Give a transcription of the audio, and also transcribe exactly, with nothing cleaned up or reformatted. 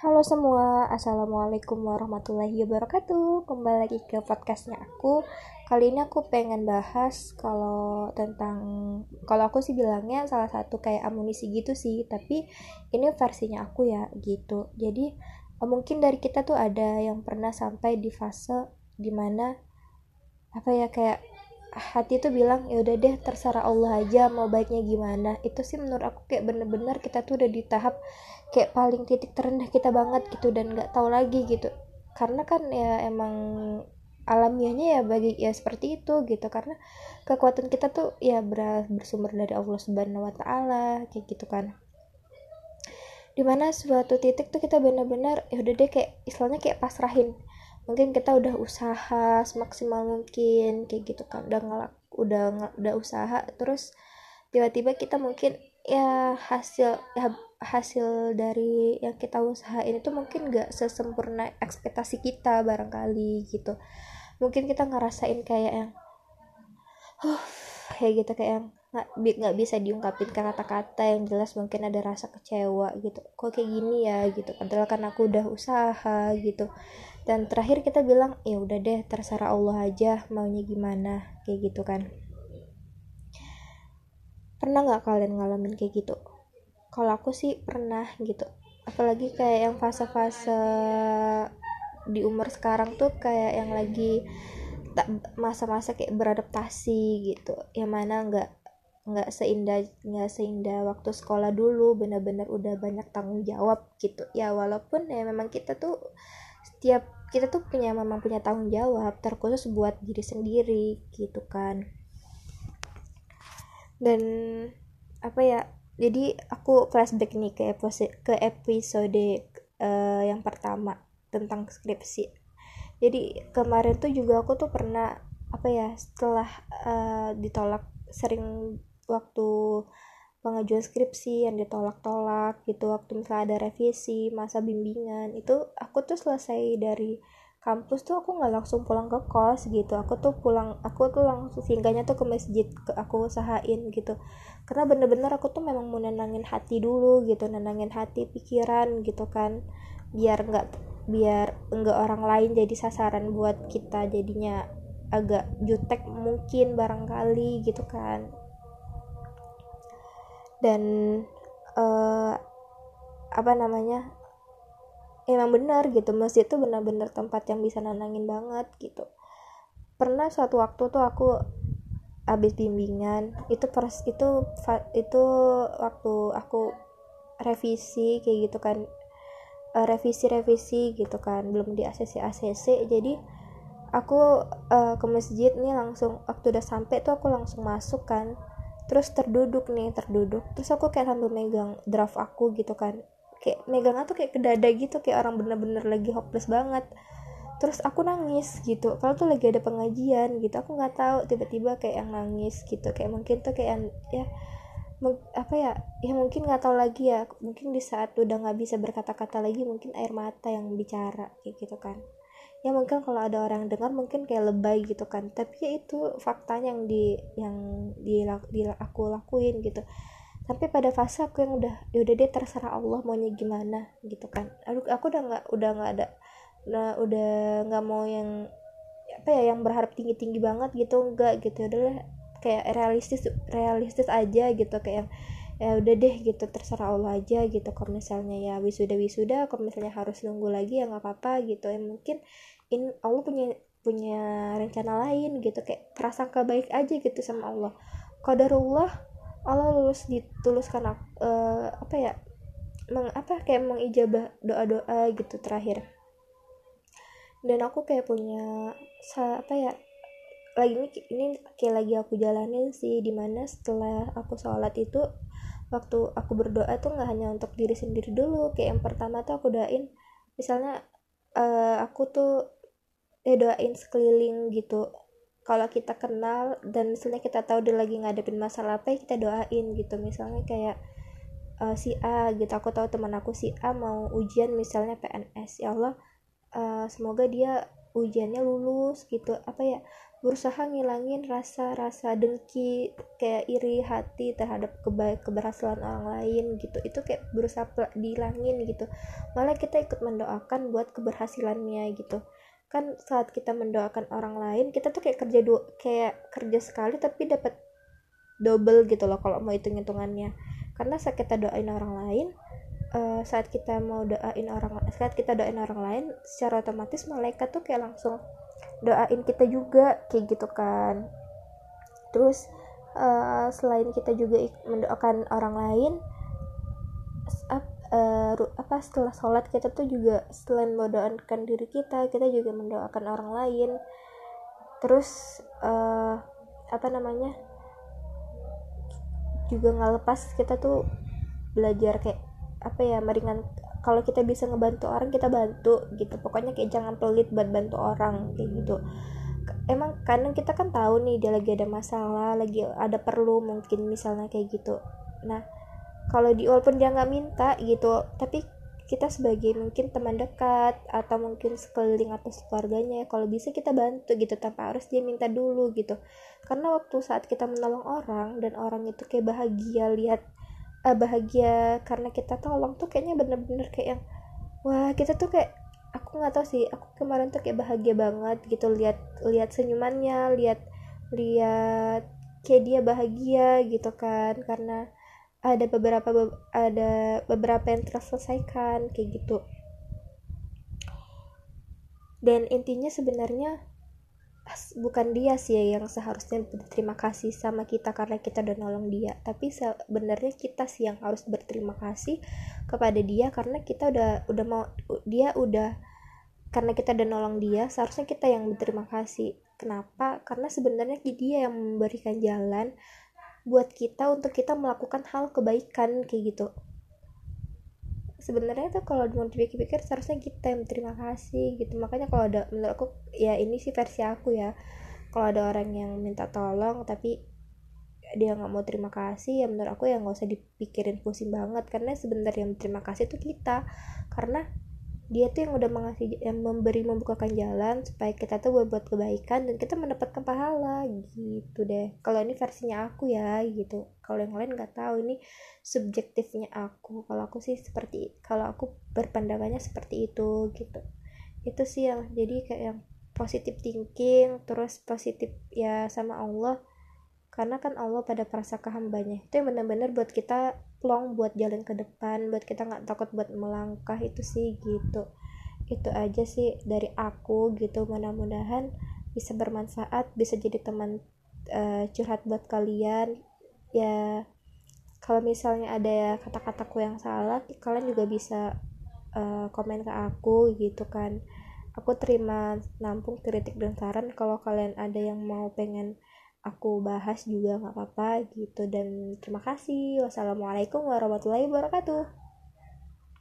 Halo semua, Assalamualaikum warahmatullahi wabarakatuh. Kembali lagi ke podcastnya aku. Kali ini aku pengen bahas kalau tentang, kalau aku sih bilangnya salah satu kayak amunisi gitu sih, tapi ini versinya aku ya gitu. Jadi eh, mungkin dari kita tuh ada yang pernah sampai di fase dimana apa ya, kayak hati tuh bilang ya udah deh terserah Allah aja mau baiknya gimana. Itu sih menurut aku kayak bener-bener kita tuh udah di tahap kayak paling titik terendah kita banget gitu, dan nggak tahu lagi gitu, karena kan ya emang alamiahnya ya bagi ya seperti itu gitu, karena kekuatan kita tuh ya ber- bersumber dari Allah Subhanahu Wa Taala kayak gitu kan, dimana suatu titik tuh kita benar-benar ya udah deh kayak istilahnya kayak pasrahin. Mungkin kita udah usaha semaksimal mungkin kayak gitu kan, udah ngelak udah udah usaha, terus tiba-tiba kita mungkin ya hasil ya hasil dari yang kita usahain itu mungkin gak sesempurna ekspektasi kita barangkali gitu. Mungkin kita ngerasain kayak yang huh, kayak gitu, kayak yang nggak nggak bisa diungkapin ke kata-kata yang jelas, mungkin ada rasa kecewa gitu, kok kayak gini ya gitu, padahal kan aku udah usaha gitu. Dan terakhir kita bilang ya udah deh terserah Allah aja maunya gimana kayak gitu kan. Pernah nggak kalian ngalamin kayak gitu? Kalau aku sih pernah gitu, apalagi kayak yang fase-fase di umur sekarang tuh kayak yang lagi tak masa-masa kayak beradaptasi gitu, yang mana nggak nggak seindah nggak seindah waktu sekolah dulu, benar-benar udah banyak tanggung jawab gitu ya. Walaupun ya memang kita tuh setiap kita tuh punya memang punya tanggung jawab terkhusus buat diri sendiri gitu kan. Dan apa ya, jadi aku flashback nih ke episode ke episode uh, yang pertama tentang skripsi. Jadi kemarin tuh juga aku tuh pernah apa ya, setelah uh, ditolak sering waktu pengajuan skripsi yang ditolak-tolak gitu, waktu misalnya ada revisi masa bimbingan itu, aku tuh selesai dari kampus tuh aku nggak langsung pulang ke kos gitu, aku tuh pulang aku tuh langsung singgahnya tuh ke masjid, ke aku usahain gitu, karena bener-bener aku tuh memang mau nenangin hati dulu gitu, nenangin hati pikiran gitu kan, biar nggak biar enggak orang lain jadi sasaran buat kita, jadinya agak jutek mungkin barangkali gitu kan. Dan uh, apa namanya, emang benar gitu, masjid tuh benar-benar tempat yang bisa nenangin banget gitu. Pernah suatu waktu tuh aku habis bimbingan itu pers itu itu waktu aku revisi kayak gitu kan, uh, revisi-revisi gitu kan, belum di A C C A C C. Jadi aku uh, ke masjid nih, langsung waktu udah sampai tuh aku langsung masuk kan, terus terduduk nih terduduk terus aku kayak sambil megang draft aku gitu kan, kayak megangnya tuh kayak ke dada gitu, kayak orang bener-bener lagi hopeless banget. Terus aku nangis gitu, kalau tuh lagi ada pengajian gitu, aku nggak tahu tiba-tiba kayak yang nangis gitu, kayak mungkin tuh kayak yang, ya apa ya ya mungkin nggak tahu lagi ya, mungkin di saat udah nggak bisa berkata-kata lagi, mungkin air mata yang bicara kayak gitu kan. Ya mungkin kalau ada orang yang dengar mungkin kayak lebay gitu kan, tapi ya itu faktanya yang di yang di, di aku lakuin gitu. Sampai pada fase aku yang udah ya udah deh terserah Allah maunya gimana gitu kan. Aduh, aku udah nggak udah nggak ada, nah udah nggak mau yang apa ya, yang berharap tinggi tinggi banget gitu, enggak gitu, ya udah kayak realistis realistis aja gitu, kayak yang ya udah deh gitu terserah Allah aja gitu. Kalau misalnya ya wisuda wisuda, kalau misalnya harus nunggu lagi ya nggak apa-apa gitu ya, mungkin in Allah punya punya rencana lain gitu, kayak prasangka baik aja gitu sama Allah. Qadarullah, Allah lulus dituluskan uh, apa ya, meng, apa kayak mengijabah doa-doa gitu terakhir. Dan aku kayak punya apa ya, lagi ini ini kayak lagi aku jalanin sih, dimana setelah aku sholat itu, waktu aku berdoa tuh nggak hanya untuk diri sendiri dulu, kayak yang pertama tuh aku doain misalnya uh, aku tuh ya doain sekeliling gitu, kalau kita kenal dan misalnya kita tahu dia lagi ngadepin masalah apa ya kita doain gitu. Misalnya kayak uh, si A gitu, aku tahu teman aku si A mau ujian misalnya P N S, ya Allah uh, semoga dia ujiannya lulus gitu, apa ya, berusaha ngilangin rasa-rasa dengki kayak iri hati terhadap keba- keberhasilan orang lain gitu, itu kayak berusaha dihilangin gitu, malah kita ikut mendoakan buat keberhasilannya gitu kan. Saat kita mendoakan orang lain, kita tuh kayak kerja dua, kayak kerja sekali tapi dapat double gitu loh kalau mau hitung-hitungannya. Karena saat kita doain orang lain, uh, saat kita mau doain orang saat kita doain orang lain, secara otomatis malaikat tuh kayak langsung doain kita juga kayak gitu kan. Terus uh, selain kita juga mendoakan orang lain, uh, apa setelah sholat kita tuh juga selain mendoakan diri kita, kita juga mendoakan orang lain. Terus uh, apa namanya juga nggak lepas kita tuh belajar kayak apa ya, meringan, kalau kita bisa ngebantu orang kita bantu gitu, pokoknya kayak jangan pelit buat bantu orang kayak gitu. Emang kadang kita kan tahu nih dia lagi ada masalah, lagi ada perlu mungkin misalnya kayak gitu. Nah kalau di walaupun dia nggak minta gitu, tapi kita sebagai mungkin teman dekat atau mungkin sekeliling atau keluarganya, kalau bisa kita bantu gitu tanpa harus dia minta dulu gitu. Karena waktu saat kita menolong orang dan orang itu kayak bahagia lihat uh, bahagia karena kita tolong tuh, kayaknya bener-bener kayak yang wah, kita tuh kayak, aku nggak tahu sih, aku kemarin tuh kayak bahagia banget gitu lihat lihat senyumannya, lihat lihat kayak dia bahagia gitu kan, karena ada beberapa ada beberapa yang terselesaikan kayak gitu. Dan intinya sebenarnya bukan dia sih yang seharusnya berterima kasih sama kita karena kita udah nolong dia, tapi sebenarnya kita sih yang harus berterima kasih kepada dia karena kita udah udah mau dia udah karena kita udah nolong dia, seharusnya kita yang berterima kasih. Kenapa? Karena sebenarnya dia yang memberikan jalan buat kita untuk kita melakukan hal kebaikan kayak gitu. Sebenarnya tuh kalau mau dipikir-pikir seharusnya kita yang berterima kasih gitu. Makanya kalau ada, menurut aku ya ini sih versi aku ya, kalau ada orang yang minta tolong tapi dia nggak mau terima kasih, ya menurut aku ya nggak usah dipikirin pusing banget, karena sebenarnya yang berterima kasih itu kita, karena dia tuh yang udah mengasih, yang memberi, membukakan jalan supaya kita tuh berbuat kebaikan dan kita mendapatkan pahala gitu deh. Kalau ini versinya aku ya gitu, kalau yang lain nggak tahu, ini subjektifnya aku. Kalau aku sih seperti, kalau aku berpandangannya seperti itu gitu. Itu sih yang jadi kayak yang positive thinking, terus positif ya sama Allah, karena kan Allah pada prasangka hambanya itu yang benar-benar buat kita plong buat jalan ke depan, buat kita nggak takut buat melangkah. Itu sih gitu, itu aja sih dari aku gitu. Mudah-mudahan bisa bermanfaat, bisa jadi teman uh, curhat buat kalian ya. Kalau misalnya ada kata-kataku yang salah, kalian juga bisa uh, komen ke aku gitu kan. Aku terima nampung kritik dan saran. Kalau kalian ada yang mau pengen aku bahas juga nggak apa-apa gitu. Dan terima kasih. Wassalamualaikum warahmatullahi wabarakatuh.